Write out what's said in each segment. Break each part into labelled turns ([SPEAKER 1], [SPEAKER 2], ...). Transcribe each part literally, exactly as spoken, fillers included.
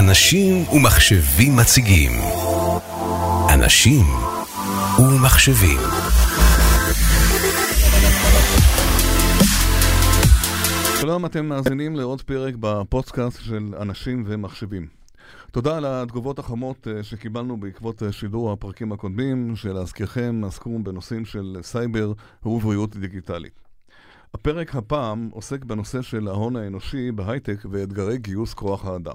[SPEAKER 1] אנשים ומחשבים מציגים. אנשים ומחשבים. שלום, אתם מאזינים לעוד פרק בפודקאסט של אנשים ומחשבים. תודה על התגובות החמות שקיבלנו בעקבות שידור הפרקים הקודמים, שלהזכירכם עסקו בנושאים של סייבר ובריאות דיגיטלית. הפרק הפעם עוסק בנושא של ההון האנושי בהייטק ואתגרי גיוס כוח האדם.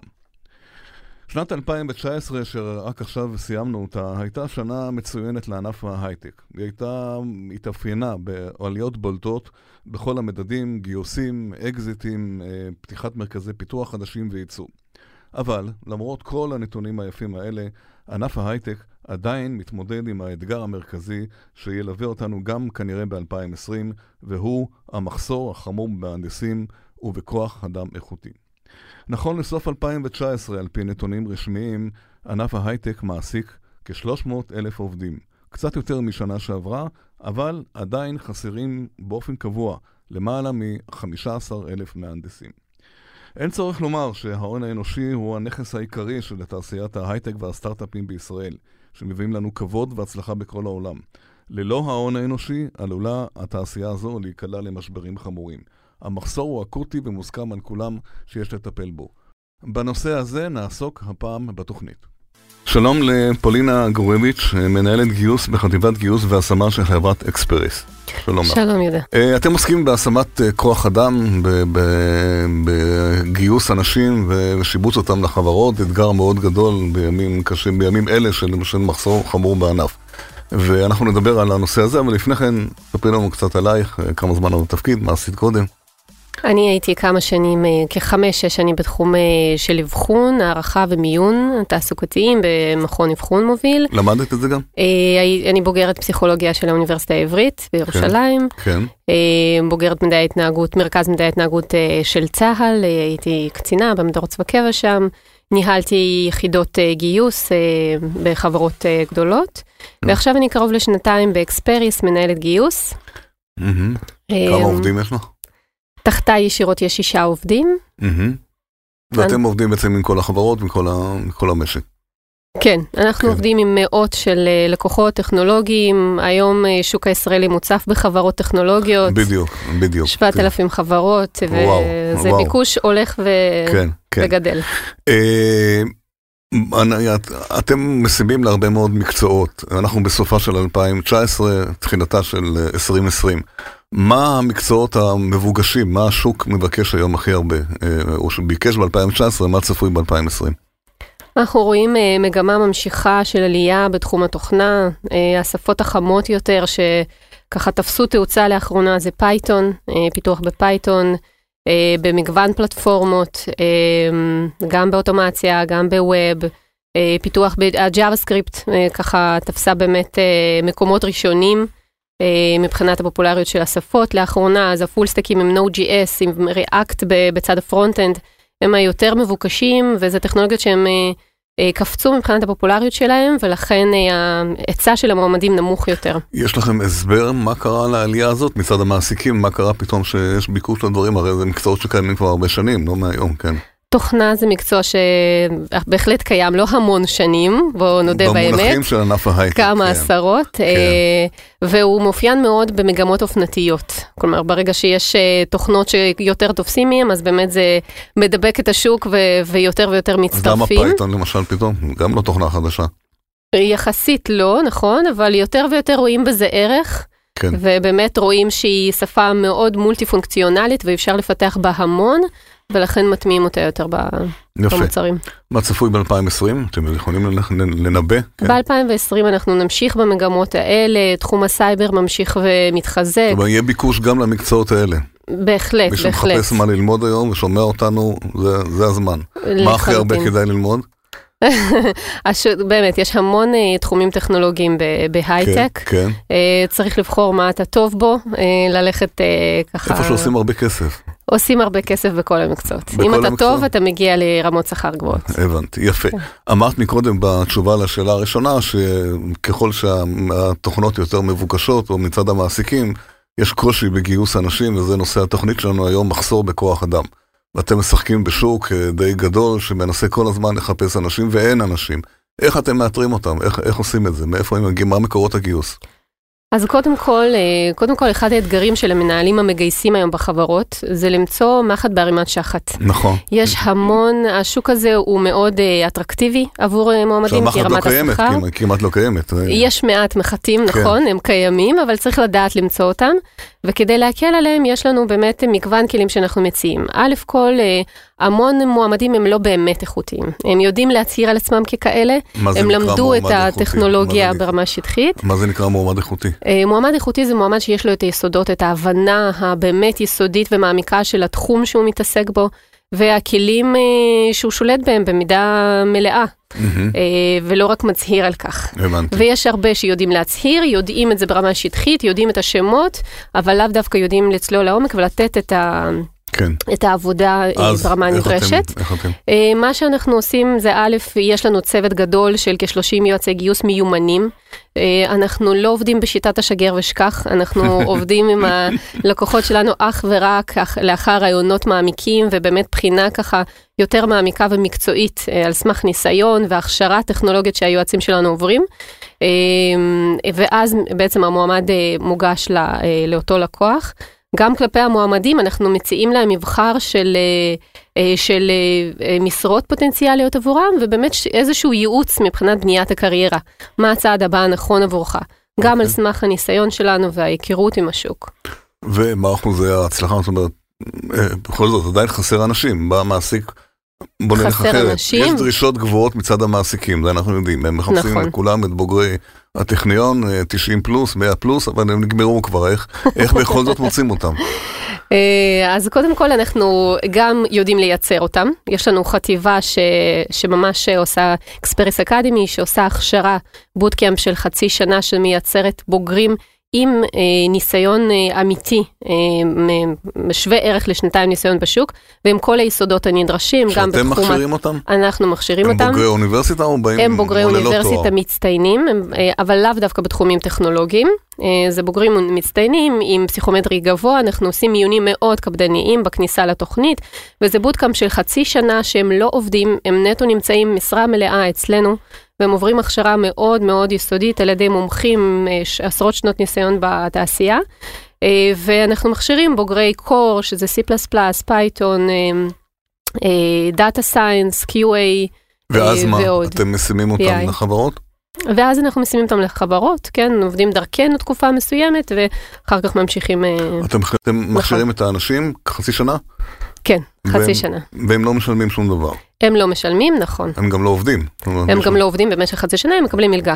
[SPEAKER 1] שנת אלפיים תשע עשרה, שרק עכשיו סיימנו אותה, הייתה שנה מצוינת לענף ההייטק. היא הייתה התאפיינה בעליות בולטות בכל המדדים, גיוסים, אקזיטים, פתיחת מרכזי פיתוח חדשים וייצוא. אבל למרות כל הנתונים היפים האלה, ענף ההייטק עדיין מתמודד עם האתגר המרכזי שילווה אותנו גם כנראה ב-אלפיים עשרים, והוא המחסור החמור במהנדסים ובכוח אדם איכותי. נכון לסוף אלפיים תשע עשרה, על פי נתונים רשמיים, ענף ההייטק מעסיק כ-שלוש מאות אלף עובדים, קצת יותר משנה שעברה, אבל עדיין חסרים באופן קבוע למעלה מ-חמישה עשר אלף מהנדסים. אין צורך לומר שההון האנושי הוא הנכס העיקרי של תעשיית ההייטק והסטארט-אפים בישראל, שמביאים לנו כבוד והצלחה בכל העולם. ללא ההון האנושי עלולה התעשייה הזו להיקלע למשברים חמורים. המחסור הוא אקוטי ומוסכם על כולם שיש לטפל בו. בנושא הזה נעסוק הפעם בתוכנית. שלום לפולינה גורביץ', מנהלת גיוס בחטיבת גיוס והשמה של חברת אקספרס. שלום.
[SPEAKER 2] שלום יהודה.
[SPEAKER 1] אתם עוסקים בהשמת כוח אדם, בגיוס אנשים ושיבוץ אותם לחברות, אתגר מאוד גדול בימים קשים, בימים אלה של מחסור חמור בענף. ואנחנו נדבר על הנושא הזה, אבל לפני כן תספרי לנו קצת עלייך, כמה זמן על התפקיד, מה עשית קודם?
[SPEAKER 2] אני הייתי כמה שנים, כחמש, שש שנים בתחום של אבחון, הערכה ומיון תעסוקתיים במכון אבחון מוביל.
[SPEAKER 1] למדת את זה גם?
[SPEAKER 2] אני בוגרת פסיכולוגיה של האוניברסיטה העברית בירושלים.
[SPEAKER 1] כן.
[SPEAKER 2] בוגרת מדעי התנהגות, מרכז מדעי התנהגות של צה"ל, הייתי קצינה במדור צבא קבע שם. ניהלתי יחידות גיוס בחברות גדולות, ועכשיו אני קרוב לשנתיים באקספריס, מנהלת גיוס.
[SPEAKER 1] כמה עובדים יש לך?
[SPEAKER 2] תחתיי ישירות יש שישה עובדים.
[SPEAKER 1] ואתם עובדים בעצם עם כל החברות, מכל המשק?
[SPEAKER 2] כן, אנחנו עובדים עם מאות של לקוחות טכנולוגיים. היום שוק הישראלי מוצף בחברות טכנולוגיות.
[SPEAKER 1] בדיוק, בדיוק.
[SPEAKER 2] שבעת אלפים חברות, וזה ביקוש הולך וגדל.
[SPEAKER 1] אתם מסיבים להרבה מאוד מקצועות. אנחנו בסופה של אלפיים תשע עשרה, תחילתה של עשרים עשרים. מה המקצועות המבוגשים? מה השוק מבקש היום הכי הרבה? או שביקש ב-אלפיים תשע עשרה, מה צפוי ב-אלפיים עשרים?
[SPEAKER 2] אנחנו רואים מגמה ממשיכה של עלייה בתחום התוכנה. השפות החמות יותר שככה תפסו תאוצה לאחרונה זה פייתון, פיתוח בפייתון, במגוון פלטפורמות, גם באוטומציה, גם בווב, פיתוח בג'אווה-סקריפט, ככה תפסה באמת מקומות ראשונים מבחינת הפופולריות של השפות. לאחרונה, אז הפול סטקים עם Node.js, עם React בצד הפרונט-אנד, הם היותר מבוקשים, וזה טכנולוגיות שהם קפצו מבחינת הפופולריות שלהם, ולכן ההיצע של המועמדים נמוך יותר.
[SPEAKER 1] יש לכם הסבר מה קרה לעלייה הזאת מצד המעסיקים? מה קרה פתאום שיש ביקוש לדברים? הרי זה מקצועות שקיימים כבר הרבה שנים, לא מהיום, כן.
[SPEAKER 2] תוכנה זה מקצוע שבהחלט קיים לא המון שנים, בואו נודה באמת.
[SPEAKER 1] במונחים של ענף ההייטק.
[SPEAKER 2] כמה עשרות, והוא מאופיין מאוד במגמות אופנתיות. כלומר, ברגע שיש תוכנות שיותר תופסים מהם, אז באמת זה מדבק את השוק ויותר ויותר מצטרפים.
[SPEAKER 1] אז למה פייתון למשל פתאום? גם לא תוכנה חדשה.
[SPEAKER 2] יחסית לא, נכון, אבל יותר ויותר רואים בזה ערך. כן. ובאמת רואים שהיא שפה מאוד מולטי-פונקציונלית, ואפשר לפתח בה המון, ולכן מטמיעים אותה יותר במוצרים.
[SPEAKER 1] מה צפוי ב-אלפיים עשרים? אתם יכולים לנבא?
[SPEAKER 2] ב-אלפיים עשרים אנחנו נמשיך במגמות האלה, תחום הסייבר ממשיך ומתחזק.
[SPEAKER 1] אבל יהיה ביקוש גם למקצועות האלה.
[SPEAKER 2] בהחלט,
[SPEAKER 1] בהחלט. מי שמחפש מה ללמוד היום ושומע אותנו, זה, זה הזמן. מה הכי הרבה כדאי ללמוד?
[SPEAKER 2] באמת, יש המון תחומים טכנולוגיים בהייטק.
[SPEAKER 1] כן, כן.
[SPEAKER 2] צריך לבחור מה אתה טוב בו, ללכת ככה...
[SPEAKER 1] איפה שעושים הרבה כסף.
[SPEAKER 2] עושים הרבה כסף בכל המקצועות. אם אתה טוב, אתה מגיע לרמות שכר גבוהות.
[SPEAKER 1] הבנתי, יפה. אמרת מקודם בתשובה לשאלה הראשונה, שככל שהתוכנות יותר מבוקשות, או מצד המעסיקים, יש קושי בגיוס אנשים, וזה נושא התוכנית שלנו היום, מחסור בכוח אדם. ואתם משחקים בשוק די גדול שמנסה כל הזמן לחפש אנשים ואין אנשים. איך אתם מאתרים אותם? איך, איך עושים את זה? מאיפה הם מגיעים? מה מקורות הגיוס?
[SPEAKER 2] אז קודם כל, קודם כל, אחד האתגרים של המנהלים המגייסים היום בחברות, זה למצוא מחט בערימת שחת.
[SPEAKER 1] נכון.
[SPEAKER 2] יש המון, השוק הזה הוא מאוד אטרקטיבי עבור מועמדים, כי רמת השכר.
[SPEAKER 1] שהמחט לא קיימת, כמעט לא קיימת.
[SPEAKER 2] יש מעט מחטים, נכון, הם קיימים, אבל צריך לדעת למצוא אותם, וכדי להקל עליהם, יש לנו באמת מגוון כלים שאנחנו מציעים. א' כל, המון מועמדים הם לא באמת איכותיים. הם יודעים להצהיר על עצמם ככאלה, הם למדו את הטכנולוגיה ברמה שטחית.
[SPEAKER 1] מה זה נקרא מועמד איכותי?
[SPEAKER 2] מועמד איכותי זה מועמד שיש לו את היסודות, את ההבנה הבאמת יסודית ומעמיקה של התחום שהוא מתעסק בו, והכלים שהוא שולט בהם במידה מלאה, ולא רק מצהיר על כך. ויש הרבה שיודעים להצהיר, יודעים את זה ברמה שטחית, יודעים את השמות, אבל לאו דווקא יודעים לצלול לעומק ולתת את ה... כן. את העבודה ברמה הנדרשת. מה שאנחנו עושים זה א', יש לנו צוות גדול של כ-שלושים יועצי גיוס מיומנים. אנחנו לא עובדים בשיטת השגר ושכח, אנחנו עובדים עם הלקוחות שלנו אך ורק לאחר רעיונות מעמיקים, ובאמת בחינה ככה יותר מעמיקה ומקצועית על סמך ניסיון והכשרה טכנולוגית שהיועצים שלנו עוברים. ואז בעצם המועמד מוגש לאותו לקוח. גם כלפי המועמדים אנחנו מציעים להם מבחר של, של משרות פוטנציאליות עבורם, ובאמת איזשהו ייעוץ מבחינת בניית הקריירה. מה הצעד הבא הנכון עבורך? גם על סמך הניסיון שלנו וההיכרות עם השוק.
[SPEAKER 1] ומה אחוזי ההצלחה? זאת אומרת, בכל זאת, עדיין חסר אנשים. במעסיק, בוא נלך אחרת. יש דרישות גבוהות מצד המעסיקים, זה אנחנו יודעים. הם מחפשים לכולם את בוגרי הטכניון, תשעים פלוס, מאה פלוס, אבל הם נגמרו כבר. איך, איך בכל זאת מוצאים אותם?
[SPEAKER 2] אז קודם כל אנחנו גם יודעים לייצר אותם. יש לנו חטיבה ש, שממש עושה אקספרס אקדמי, שעושה הכשרה בוטקאמפ של חצי שנה שמייצרת בוגרים עם אה, ניסיון אה, אמיתי, אה, שווה ערך לשנתיים ניסיון בשוק, ועם כל היסודות הנדרשים, גם בתחום...
[SPEAKER 1] שאתם מכשירים אותם?
[SPEAKER 2] אנחנו מכשירים
[SPEAKER 1] הם
[SPEAKER 2] אותם.
[SPEAKER 1] הם בוגרי אוניברסיטה או באים...
[SPEAKER 2] הם בוגרי אוניברסיטה מצטיינים, הם, אה, אבל לאו דווקא בתחומים טכנולוגיים. אה, זה בוגרים מצטיינים עם פסיכומטרי גבוה, אנחנו עושים מיונים מאוד קפדניים בכניסה לתוכנית, וזה בוטקאמפ של חצי שנה שהם לא עובדים, הם נטו נמצאים משרה מלאה אצלנו, והם עוברים הכשרה מאוד מאוד יסודית על ידי מומחים, עשרות שנות ניסיון בתעשייה, ואנחנו מכשירים בוגרי קור, שזה C פלוס פלוס, פייתון, דאטה סיינס, קיו איי ועוד.
[SPEAKER 1] ואז מה, אתם משימים אותם לחברות?
[SPEAKER 2] ואז אנחנו משימים אותם לחברות, כן, עובדים דרכנו תקופה מסוימת, ואחר כך ממשיכים...
[SPEAKER 1] אתם, אתם מכשירים את האנשים חצי שנה?
[SPEAKER 2] כן, חצי
[SPEAKER 1] והם,
[SPEAKER 2] שנה.
[SPEAKER 1] והם לא משלמים שום דבר.
[SPEAKER 2] הם לא משלמים, נכון.
[SPEAKER 1] הם גם לא עובדים.
[SPEAKER 2] הם גם לא עובדים במשך חצי שנה, הם מקבלים מלגה.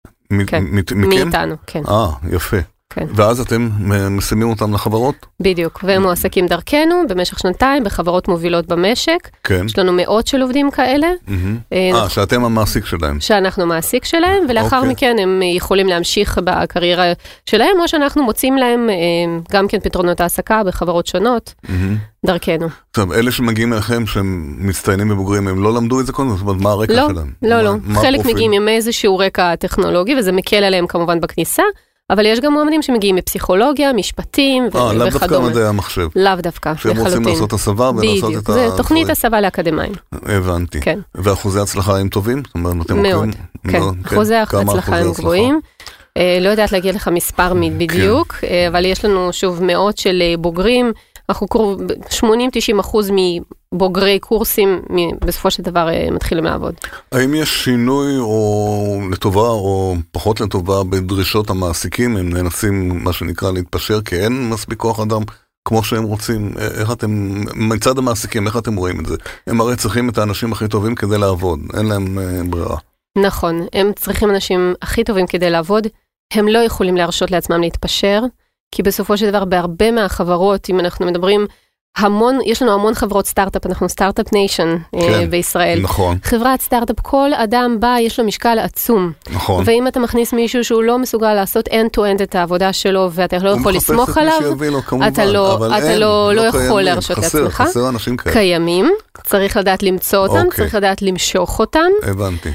[SPEAKER 2] כן, מאיתנו, כן.
[SPEAKER 1] אה, יפה. כן. ואז אתם מסיימים אותם לחברות?
[SPEAKER 2] בדיוק, והם מועסקים דרכנו במשך שנתיים בחברות מובילות במשק. כן. יש לנו מאות של עובדים כאלה.
[SPEAKER 1] אה, שאתם המעסיק שלהם.
[SPEAKER 2] שאנחנו המעסיק שלהם, ולאחר מכן הם יכולים להמשיך בקריירה שלהם, או שאנחנו מוצאים להם גם כן פתרונות העסקה בחברות שונות, דרכנו.
[SPEAKER 1] טוב, אלה שמגיעים אליכם שהם מצטיינים בבוגרים, הם לא למדו את זה קודם? זאת אומרת, מה הרקע שלהם?
[SPEAKER 2] לא, לא. חלק מגיעים עם איזשהו רקע טכנולוגי, וזה מקל עליהם כמובן בכניסה, אבל יש גם מועמדים שמגיעים מפסיכולוגיה, משפטים וכדומה.
[SPEAKER 1] אה, לאו דווקא מדעי המחשב.
[SPEAKER 2] לאו דווקא, לחלוטין.
[SPEAKER 1] שהם רוצים לעשות הסבה ולעשות את ה...
[SPEAKER 2] זה תוכנית הסבה לאקדמיים.
[SPEAKER 1] הבנתי. כן. ואחוזי הצלחה הם טובים?
[SPEAKER 2] מאוד, כן. אחוזי הצלחה הם גבוהים. לא יודעת להגיד לך מספר בדיוק, אבל יש לנו שוב מאות של בוגרים. אנחנו שמונים תשעים אחוז מבוגרי קורסים בסופו של דבר מתחילים לעבוד.
[SPEAKER 1] האם יש שינוי או לטובה או פחות לטובה בדרישות המעסיקים? הם ננסים מה שנקרא להתפשר כי אין מספיק כוח אדם כמו שהם רוצים. איך אתם, מצד המעסיקים, איך אתם רואים את זה? הם הרי צריכים את האנשים הכי טובים כדי לעבוד, אין להם ברירה.
[SPEAKER 2] נכון, הם צריכים אנשים הכי טובים כדי לעבוד, הם לא יכולים להרשות לעצמם להתפשר, כי בסופו של דבר בהרבה מהחברות, אם אנחנו מדברים המון, יש לנו המון חברות סטארט-אפ, אנחנו סטארט-אפ ניישן כן, בישראל.
[SPEAKER 1] נכון.
[SPEAKER 2] חברת סטארט-אפ, כל אדם בא, יש לו משקל עצום.
[SPEAKER 1] נכון.
[SPEAKER 2] ואם אתה מכניס מישהו שהוא לא מסוגל לעשות end-to-end את העבודה שלו, ואתה לא יכול לסמוך עליו,
[SPEAKER 1] לו, כמובן,
[SPEAKER 2] אתה לא, אתה
[SPEAKER 1] אין,
[SPEAKER 2] לא, לא,
[SPEAKER 1] לא
[SPEAKER 2] יכול
[SPEAKER 1] קיימים,
[SPEAKER 2] להרשות
[SPEAKER 1] חסר,
[SPEAKER 2] לעצמך.
[SPEAKER 1] חסר אנשים כאלה.
[SPEAKER 2] קיימים, צריך לדעת למצוא אותם,
[SPEAKER 1] אוקיי.
[SPEAKER 2] צריך לדעת למשוך אותם.
[SPEAKER 1] הבנתי.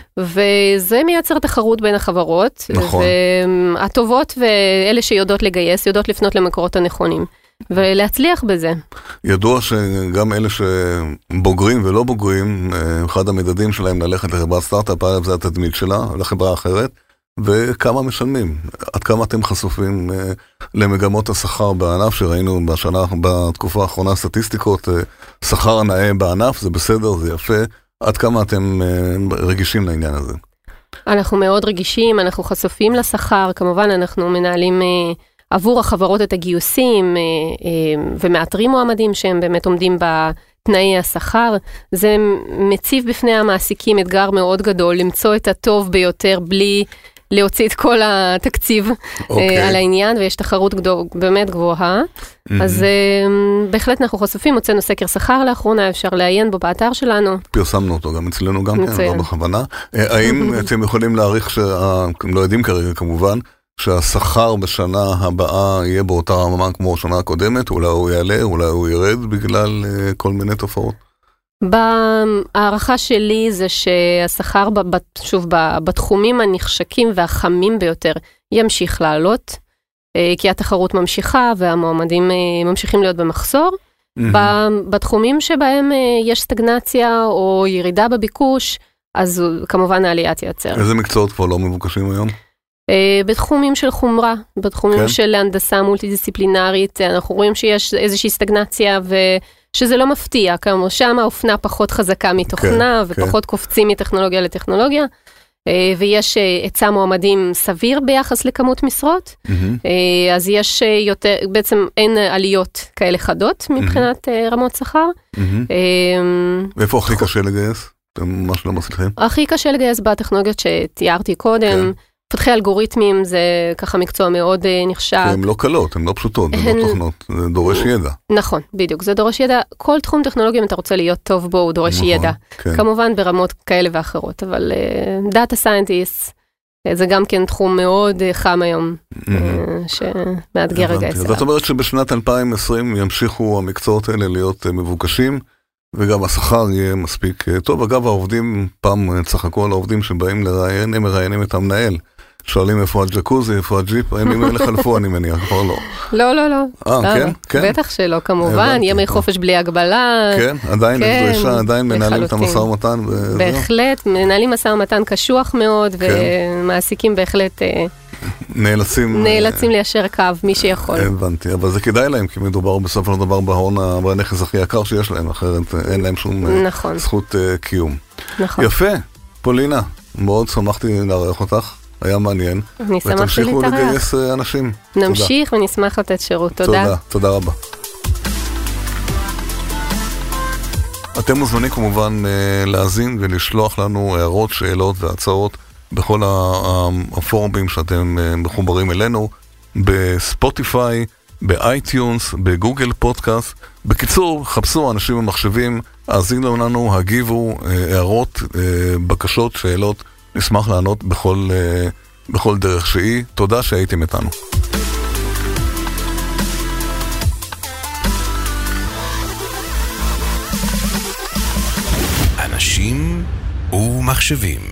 [SPEAKER 2] וזה מייצר תחרות בין החברות.
[SPEAKER 1] נכון.
[SPEAKER 2] והטובות ואלה שיודעות לגייס, יודעות לפנות למקורות הנכונים. ולהצליח בזה.
[SPEAKER 1] ידוע שגם אלה שבוגרים ולא בוגרים, אחד המדדים שלהם ללכת לחברת סטארט-אפ, זה התדמית שלה, לחברה אחרת, וכמה משלמים, עד כמה אתם חשופים למגמות השכר בענף, שראינו בשנה, בתקופה האחרונה סטטיסטיקות, שכר נאה בענף, זה בסדר, זה יפה, עד כמה אתם רגישים לעניין הזה?
[SPEAKER 2] אנחנו מאוד רגישים, אנחנו חשופים לשכר, כמובן אנחנו מנהלים עבור החברות את הגיוסים, ומאתרים מועמדים שהם באמת עומדים בתנאי השכר, זה מציב בפני המעסיקים אתגר מאוד גדול, למצוא את הטוב ביותר בלי להוציא את כל התקציב okay. על העניין, ויש תחרות גדול, באמת גבוהה. Mm-hmm. אז בהחלט אנחנו חושפים, הוצאנו סקר שכר לאחרונה, אפשר לעיין בו באתר שלנו.
[SPEAKER 1] פרסמנו אותו גם אצלנו גם כן, לא בכוונה. האם אתם יכולים להעריך, שה... לא יודעים כרגע כמובן, שהשכר בשנה הבאה יהיה באותה רמה כמו השנה הקודמת, אולי הוא יעלה, אולי הוא ירד בגלל כל מיני תופעות?
[SPEAKER 2] בהערכה שלי זה שהשכר, שוב, בתחומים הנחשקים והחמים ביותר, ימשיך לעלות, כי התחרות ממשיכה והמועמדים ממשיכים להיות במחסור. בתחומים שבהם יש סטגנציה או ירידה בביקוש, אז כמובן העלייה תייצר.
[SPEAKER 1] איזה מקצועות כבר לא מבוקשים היום?
[SPEAKER 2] בתחומים של חומרה, בתחומים של הנדסה מולטי-דיסציפלינרית, אנחנו רואים שיש איזושהי סטגנציה ושזה לא מפתיע, כמו שם האופנה פחות חזקה מתוכנה ופחות קופצים מטכנולוגיה לטכנולוגיה, ויש היצע מועמדים סביר ביחס לכמות משרות, אז יש יותר, בעצם אין עליות כאלה חדות מבחינת רמות שכר.
[SPEAKER 1] ואיפה הכי קשה לגייס? אתם ממש לא מצליחים?
[SPEAKER 2] הכי קשה לגייס בטכנולוגיות שתיארתי קודם, פתחי אלגוריתמים זה ככה מקצוע מאוד נחשב.
[SPEAKER 1] הן לא קלות, הן לא פשוטות, הן לא תוכנות, זה דורש ידע.
[SPEAKER 2] נכון, בדיוק, זה דורש ידע. כל תחום טכנולוגיה, אם אתה רוצה להיות טוב בו, הוא דורש ידע. כמובן ברמות כאלה ואחרות, אבל דאטה סיינטיסט, זה גם כן תחום מאוד חם היום, שמאתגר רגע עשרה.
[SPEAKER 1] זאת אומרת שבשנת אלפיים ועשרים ימשיכו המקצועות האלה להיות מבוקשים, וגם השכר יהיה מספיק טוב. אגב, העובדים, פעם צחקו על העובדים שבאים לראיין, הם מראיינים את המנהל. שואלים איפה הג'קוזי, איפה הג'יפ, הימים האלה חלפו, אני מניח, כבר לא.
[SPEAKER 2] לא, לא, לא.
[SPEAKER 1] אה, כן? כן?
[SPEAKER 2] בטח שלא, כמובן, ימי חופש בלי הגבלה.
[SPEAKER 1] כן, עדיין יש דרישה, עדיין מנהלים את המשא ומתן.
[SPEAKER 2] בהחלט, מנהלים משא ומתן קשוח מאוד, ומעסיקים בהחלט
[SPEAKER 1] נאלצים...
[SPEAKER 2] נאלצים ליישר קו, מי שיכול.
[SPEAKER 1] הבנתי, אבל זה כדאי להם, כי מדובר בסופו של דבר בהון, בנכס הכי יקר שיש להם, אחרת אין להם שום זכות קיום.
[SPEAKER 2] נכון.
[SPEAKER 1] יפה, פולינה, מאוד שמחתי לארח אותך. היה מעניין.
[SPEAKER 2] אני שמחתי להתארח.
[SPEAKER 1] ותמשיכו לגייס אנשים.
[SPEAKER 2] נמשיך ונשמח לתת שירות. תודה.
[SPEAKER 1] תודה, תודה רבה. אתם מוזמנים כמובן להאזין ולשלוח לנו הערות, שאלות והצעות בכל הפורומים שאתם מחוברים אלינו, בספוטיפיי, באייטיונס, בגוגל פודקאסט. בקיצור, חפשו אנשים במחשבים, האזינו לנו, הגיבו הערות, בקשות, שאלות. נשמח לענות בכל, בכל דרך שהיא. תודה שהייתם איתנו.
[SPEAKER 3] אנשים ומחשבים.